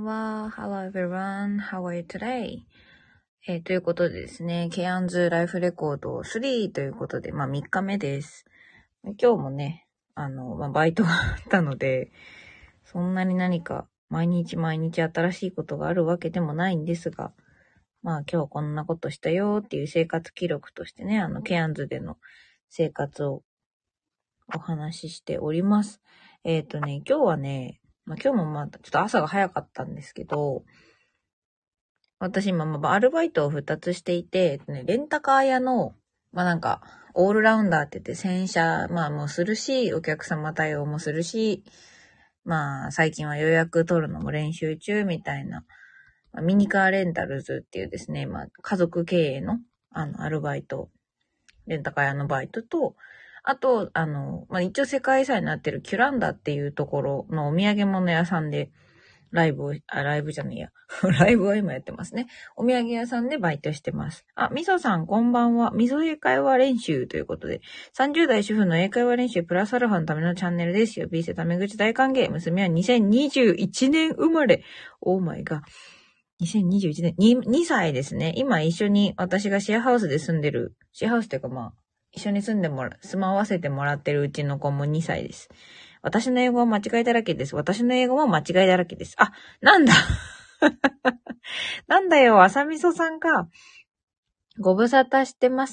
んは。Hello everyone. How are you today? ということでですね、ケアンズライフレコード3ということで、3日目です。今日もね、バイトがあったので、そんなに何か毎日新しいことがあるわけでもないんですが、今日こんなことしたよっていう生活記録としてね、ケアンズでの生活をお話ししております。今日はね、今日もちょっと朝が早かったんですけど、私今アルバイトを2つしていて、レンタカー屋の、オールラウンダーって言って洗車、もうするし、お客様対応もするし、最近は予約取るのも練習中みたいな、ミニカーレンタルズっていうですね、家族経営の、アルバイト、レンタカー屋のバイトと、あと、一応世界遺産になってるキュランダっていうところのお土産物屋さんで、ライブじゃねえや。ライブは今やってますね。お土産屋さんでバイトしてます。みそさんこんばんは。みそ英会話練習ということで、30代主婦の英会話練習プラスアルファのためのチャンネルです。呼び捨てタメ口大歓迎。娘は2021年生まれ。オーマイガー。2021年、2歳ですね。今一緒に私がシェアハウスで住んでる、シェアハウスっていうか一緒に住まわせてもらってるうちの子も2歳です。私の英語は間違いだらけです。私の英語も間違いだらけです。なんだなんだよ、朝みそさんか。ご無沙汰してます。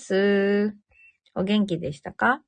お元気でしたか？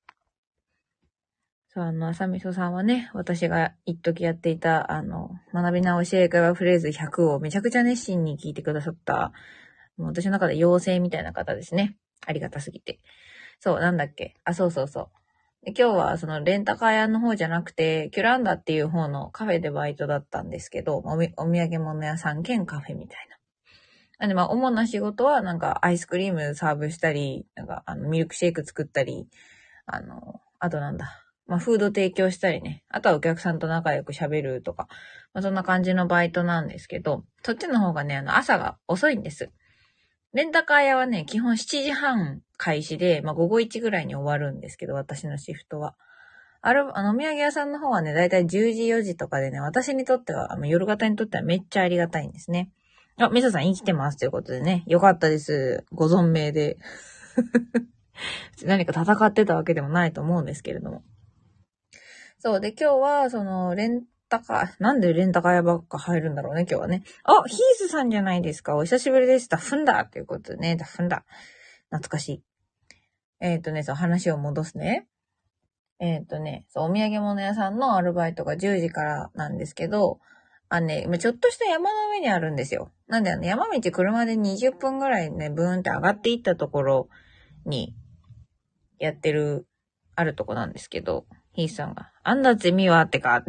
そう、朝みそさんはね、私が一時やっていた、学び直し英会話フレーズ100をめちゃくちゃ熱心に聞いてくださった、もう私の中で妖精みたいな方ですね。ありがたすぎて。そう、なんだっけ。そう。で今日はそのレンタカー屋の方じゃなくて、キュランダっていう方のカフェでバイトだったんですけど、お土産物屋さん兼カフェみたいな。なんで主な仕事はアイスクリームサーブしたり、ミルクシェイク作ったり、あとフード提供したりね。あとはお客さんと仲良く喋るとか、そんな感じのバイトなんですけど、そっちの方がね、朝が遅いんです。レンタカー屋はね、基本7時半開始で、午後1ぐらいに終わるんですけど、私のシフトは。お土産屋さんの方はね、だいたい10時4時とかでね、私にとっては、夜型にとってはめっちゃありがたいんですね。みそさん生きてますということでね、よかったです。ご存命で。何か戦ってたわけでもないと思うんですけれども。そうで、今日は、なんでレンタカー屋ばっか入るんだろうね、今日はね。ヒースさんじゃないですか。お久しぶりです。ダフンだということでね、ダフンだ。懐かしい。そう、話を戻すね。そう、お土産物屋さんのアルバイトが10時からなんですけど、ちょっとした山の上にあるんですよ。なんで山道車で20分ぐらいね、ブーンって上がっていったところにやってる、あるとこなんですけど、ヒースさんが、あんだゼミはってかって。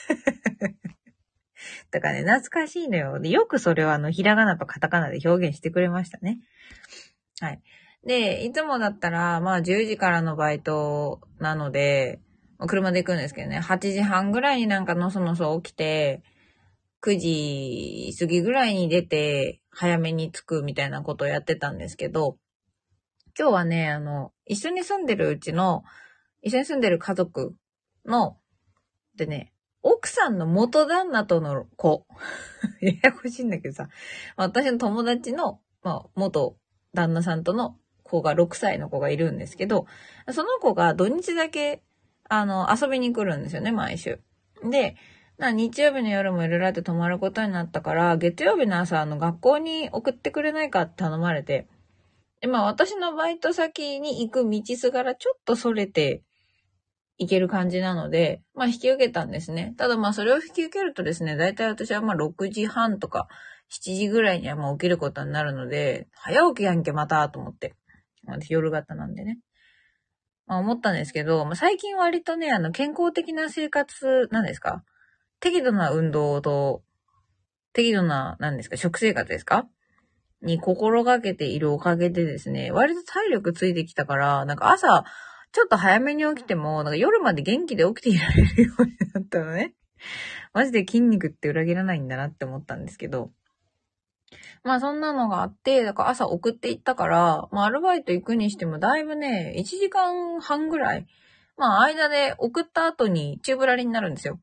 だからね、懐かしいのよ。で、よくそれをひらがなとカタカナで表現してくれましたね。はい。で、いつもだったら、10時からのバイトなので、車で行くんですけどね、8時半ぐらいにのそのそ起きて、9時過ぎぐらいに出て、早めに着くみたいなことをやってたんですけど、今日はね、一緒に住んでる家族の、でね、奥さんの元旦那との子。ややこしいんだけどさ、私の友達の、元旦那さんとの子が6歳の子がいるんですけど、その子が土日だけ、遊びに来るんですよね、毎週。で、日曜日の夜もいろいろあって泊まることになったから、月曜日の朝、学校に送ってくれないかって頼まれて、で、私のバイト先に行く道すがらちょっとそれて、いける感じなので、引き受けたんですね。ただそれを引き受けるとですね、だいたい私は6時半とか7時ぐらいには起きることになるので、早起きやんけまたと思って。私夜型なんでね。思ったんですけど、最近割とね、健康的な生活、なんですか？適度な運動と、適度な、食生活ですか？に心がけているおかげでですね、割と体力ついてきたから、朝、ちょっと早めに起きても、夜まで元気で起きていられるようになったのね。マジで筋肉って裏切らないんだなって思ったんですけど。そんなのがあって、だから朝送っていったから、アルバイト行くにしてもだいぶね、1時間半ぐらい、間で送った後に宙ぶらりになるんですよ。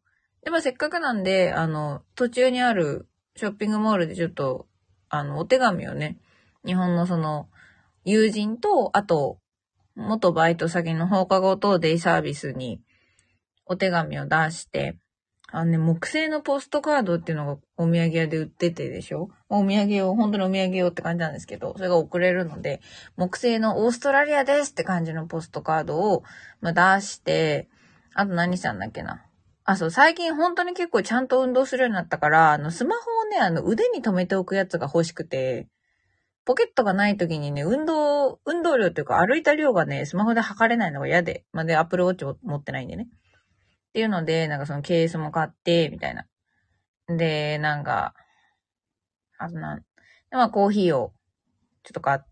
で、せっかくなんで、途中にあるショッピングモールでちょっと、お手紙をね、日本のその、友人と、あと、元バイト先の放課後等デイサービスにお手紙を出して、木製のポストカードっていうのがお土産屋で売っててでしょ？お土産を、本当にお土産をって感じなんですけど、それが送れるので、木製のオーストラリアですって感じのポストカードを、出して、あと何したんだっけな。そう、最近本当に結構ちゃんと運動するようになったから、スマホをね、腕に留めておくやつが欲しくて、ポケットがない時にね、運動量というか歩いた量がね、スマホで測れないのが嫌で、で、Apple Watch を持ってないんでね。っていうので、なんかそのケースも買って、みたいな。で、なんか、コーヒーをちょっと買って、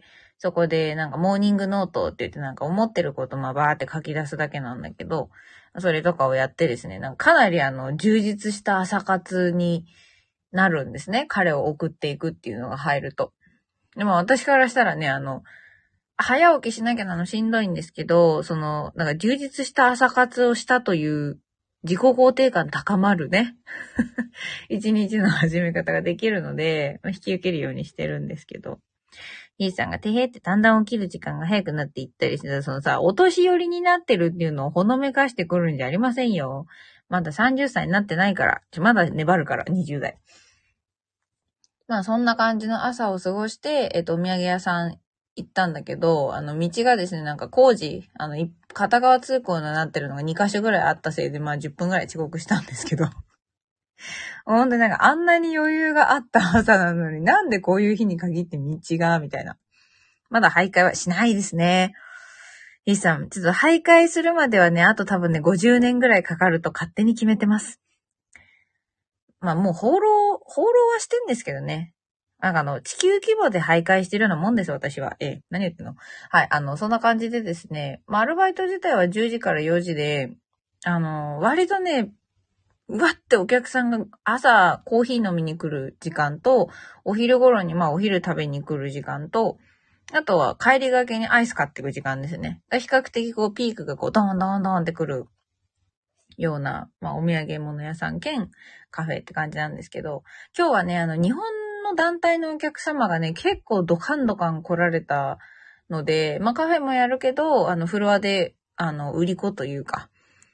そこでなんかモーニングノートって言ってなんか思ってることバーって書き出すだけなんだけど、それとかをやってですね、なんかかなり充実した朝活になるんですね。彼を送っていくっていうのが入ると。でも私からしたらね、早起きしなきゃしんどいんですけど、なんか充実した朝活をしたという自己肯定感高まるね。一日の始め方ができるので、引き受けるようにしてるんですけど。ひーさんがてへってだんだん起きる時間が早くなっていったりして、お年寄りになってるっていうのをほのめかしてくるんじゃありませんよ。まだ30歳になってないから。まだ粘るから、20代。そんな感じの朝を過ごして、お土産屋さん行ったんだけど、道がですね、なんか工事、片側通行になってるのが2カ所ぐらいあったせいで、10分ぐらい遅刻したんですけど。ほんとなんかあんなに余裕があった朝なのになんでこういう日に限って道が、みたいな。まだ徘徊はしないですね。ひーさん、ちょっと徘徊するまではね、あと多分ね、50年ぐらいかかると勝手に決めてます。もう放浪はしてんですけどね。なんか地球規模で徘徊してるようなもんです、私は。何言ってんの？はい、そんな感じでですね、アルバイト自体は10時から4時で、割とね、うわってお客さんが朝コーヒー飲みに来る時間と、お昼頃にお昼食べに来る時間と、あとは帰りがけにアイス買っていく時間ですね。比較的ピークがドーンドーンドーンってくるような、お土産物屋さん兼カフェって感じなんですけど、今日はね、日本の団体のお客様がね、結構ドカンドカン来られたので、カフェもやるけど、フロアで、売り子というか、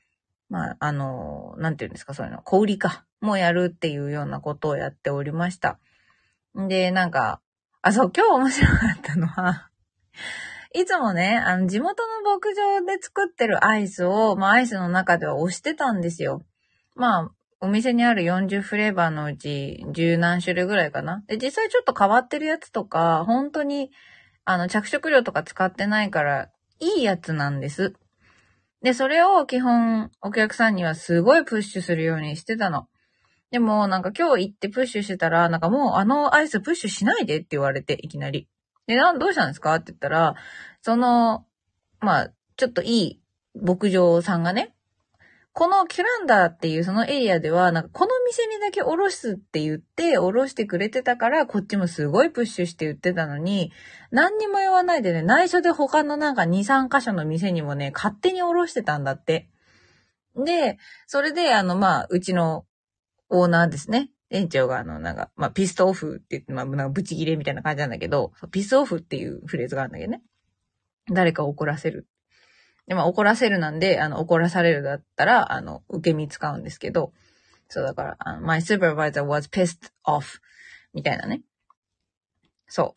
なんていうんですか、そういうの、小売りか、もやるっていうようなことをやっておりました。で、なんか、そう、今日面白かったのは、いつもね、地元の牧場で作ってるアイスを、アイスの中では推してたんですよ。お店にある40フレーバーのうち10何種類ぐらいかな。で、実際ちょっと変わってるやつとか、本当に、着色料とか使ってないから、いいやつなんです。で、それを基本、お客さんにはすごいプッシュするようにしてたの。でも、なんか今日行ってプッシュしてたら、なんかもうアイスプッシュしないでって言われて、いきなり。で、どうしたんですかって言ったら、ちょっといい牧場さんがね、このキュランダーっていうそのエリアでは、なんかこの店にだけおろすって言って、おろしてくれてたから、こっちもすごいプッシュして言ってたのに、何にも言わないでね、内緒で他のなんか2、3箇所の店にもね、勝手におろしてたんだって。で、それで、うちのオーナーですね。園長がピストオフって言って、なんかブチギレみたいな感じなんだけど、ピスオフっていうフレーズがあるんだけどね。誰かを怒らせる。で、怒らせるなんで、怒らされるだったら、受け身使うんですけど、そうだから、my supervisor was pissed off みたいなね。そう。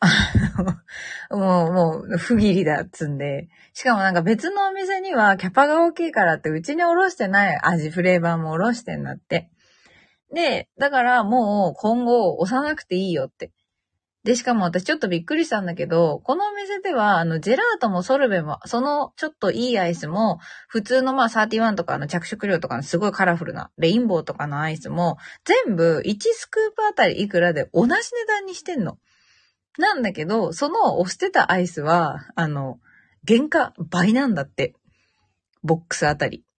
もう、不義理だっつんで。しかもなんか別のお店にはキャパが大きいからってうちにおろしてないフレーバーもおろしてんだって。で、だからもう今後押さなくていいよって。で、しかも私ちょっとびっくりしたんだけど、このお店では、ジェラートもソルベも、そのちょっといいアイスも、普通の31とか着色料とかのすごいカラフルな、レインボーとかのアイスも、全部1スクープあたりいくらで同じ値段にしてんの。なんだけど、その押してたアイスは、原価倍なんだって。ボックスあたり。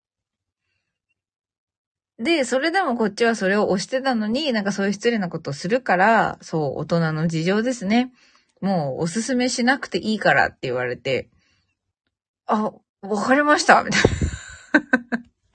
で、それでもこっちはそれを押してたのに、なんかそういう失礼なことをするから、そう、大人の事情ですね。もうおすすめしなくていいからって言われて、わかりましたみたいな。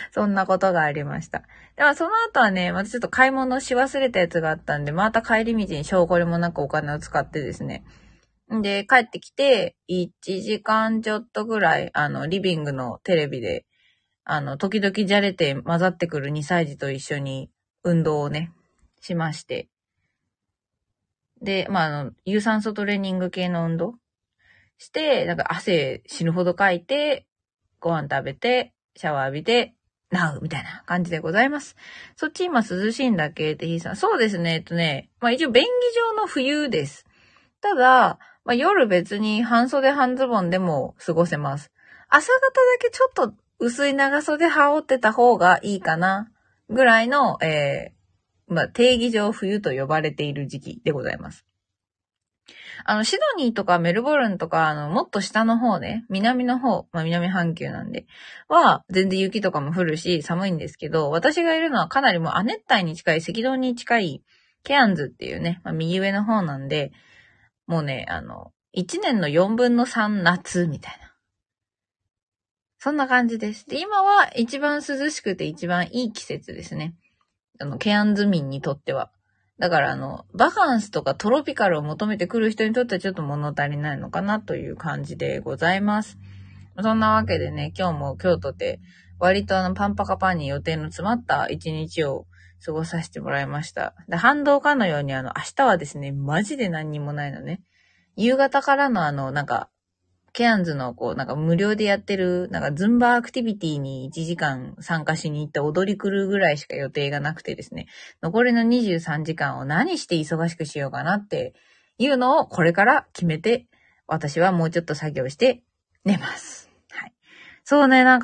そんなことがありました。でもその後はね、またちょっと買い物し忘れたやつがあったんで、また帰り道に証拠りもなくお金を使ってですね。で、帰ってきて、1時間ちょっとぐらい、リビングのテレビで、時々じゃれて混ざってくる2歳児と一緒に運動をね、しまして。で、有酸素トレーニング系の運動して、なんか汗死ぬほどかいて、ご飯食べて、シャワー浴びて、なうみたいな感じでございます。そっち今涼しいんだっけってひーさん。そうですね。一応便宜上の冬です。ただ、夜別に半袖半ズボンでも過ごせます。朝方だけちょっと薄い長袖羽織ってた方がいいかなぐらいの、定義上冬と呼ばれている時期でございます。シドニーとかメルボルンとか、もっと下の方ね、南の方、南半球なんで、全然雪とかも降るし、寒いんですけど、私がいるのはかなりもう亜熱帯に近い、赤道に近い、ケアンズっていうね、右上の方なんで、もうね、1年の4分の3夏みたいな。そんな感じです。で、今は一番涼しくて一番いい季節ですね。ケアンズ民にとっては。だからバカンスとかトロピカルを求めてくる人にとってはちょっと物足りないのかなという感じでございます。そんなわけでね、今日も京都で割とパンパカパンに予定の詰まった一日を過ごさせてもらいました。で、反動かのように明日はですね、マジで何にもないのね。夕方からのケアンズの無料でやってる、ズンバーアクティビティに1時間参加しに行って踊り来るぐらいしか予定がなくてですね、残りの23時間を何して忙しくしようかなっていうのをこれから決めて、私はもうちょっと作業して寝ます。はい。そうね、日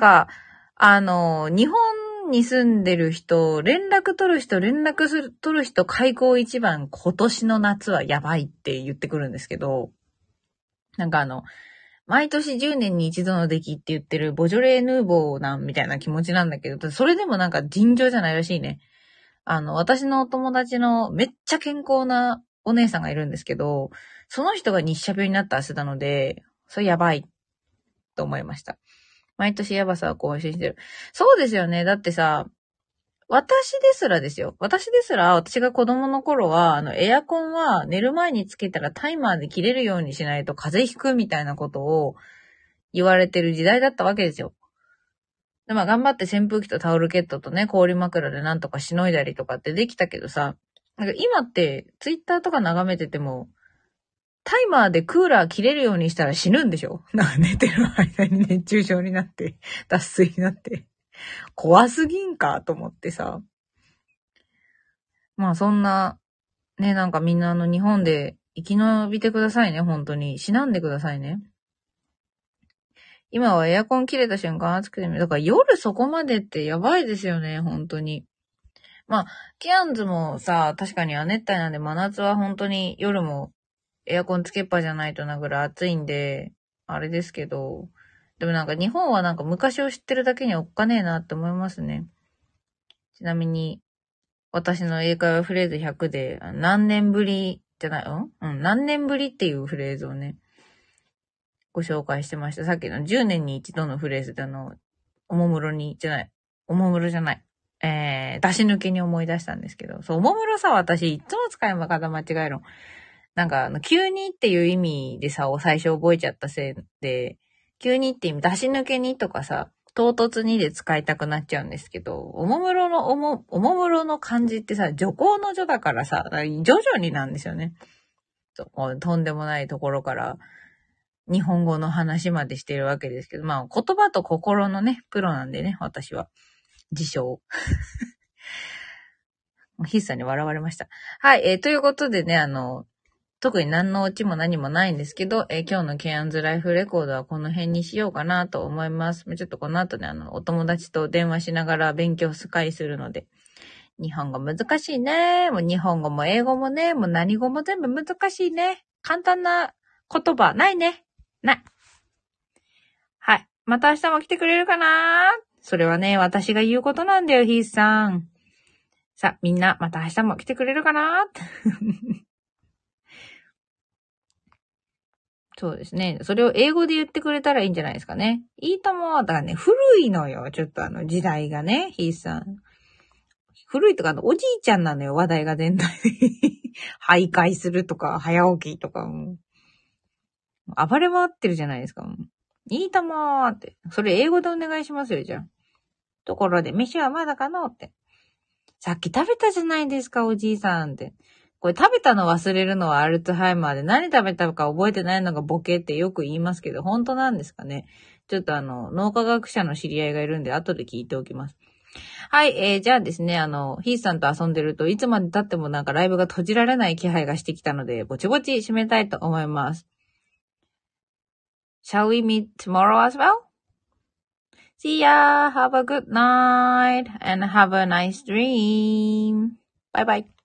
本に住んでる人、連絡取る人、開口一番、今年の夏はやばいって言ってくるんですけど、毎年10年に一度の出来って言ってるボジョレーヌーボーなんみたいな気持ちなんだけど、それでも尋常じゃないらしいね。私のお友達のめっちゃ健康なお姉さんがいるんですけど、その人が日射病になった明日なので、それやばいと思いました。毎年やばさを更新してる。そうですよね。だってさ、私ですら私が子供の頃は、エアコンは寝る前につけたらタイマーで切れるようにしないと風邪ひくみたいなことを言われてる時代だったわけですよ。で、頑張って扇風機とタオルケットとね、氷枕でなんとかしのいだりとかってできたけどさ、今ってツイッターとか眺めてても、タイマーでクーラー切れるようにしたら死ぬんでしょ？寝てる間に熱中症になって、脱水になって。怖すぎんかと思ってさ。そんな、ね、みんな日本で生き延びてくださいね、本当に。死なんでくださいね。今はエアコン切れた瞬間暑くても、だから夜そこまでってやばいですよね、本当に。ケアンズもさ、確かに亜熱帯なんで真夏は本当に夜もエアコンつけっぱじゃないとなぐらい暑いんで、あれですけど、でも日本は昔を知ってるだけにおっかねえなって思いますね。ちなみに、私の英会話フレーズ100で、何年ぶりじゃない何年ぶりっていうフレーズをね、ご紹介してました。さっきの10年に一度のフレーズでおもむろじゃない。出し抜けに思い出したんですけど、そう、おもむろさ、私、いつも使い方間違えるの。急にっていう意味でさ、最初覚えちゃったせいで、急にって意味、出し抜けにとかさ、唐突にで使いたくなっちゃうんですけど、おもむろの漢字ってさ、徐行の徐だからさ、徐々になんですよね。そう、とんでもないところから、日本語の話までしているわけですけど、言葉と心のね、プロなんでね、私は。自称。筆さんに笑われました。はい、ということでね、特に何のオチも何もないんですけど、今日のケアンズライフレコードはこの辺にしようかなと思います。ちょっとこの後ね、お友達と電話しながら勉強するので、日本語難しいね。もう日本語も英語もね、もう何語も全部難しいね。簡単な言葉ないね。ない。はい。また明日も来てくれるかな？それはね、私が言うことなんだよ、ヒースさん。さあ、みんな、また明日も来てくれるかな？ そうですね。それを英語で言ってくれたらいいんじゃないですかね。いいとも。だからね、古いのよ。ちょっと時代がね、ヒースさん。古いとか、おじいちゃんなのよ、話題が全体的。徘徊するとか、早起きとか、暴れ回ってるじゃないですか。いいともーって。それ英語でお願いしますよ、じゃあ。ところで、飯はまだかのって。さっき食べたじゃないですか、おじいさんって。これ食べたの忘れるのはアルツハイマーで、何食べたか覚えてないのがボケってよく言いますけど、本当なんですかね。ちょっと脳科学者の知り合いがいるんで、後で聞いておきます。はい、じゃあですね、ヒースさんと遊んでるといつまで経ってもなんかライブが閉じられない気配がしてきたので、ぼちぼち締めたいと思います。Shall we meet tomorrow as well? See ya! Have a good night and have a nice dream! Bye bye!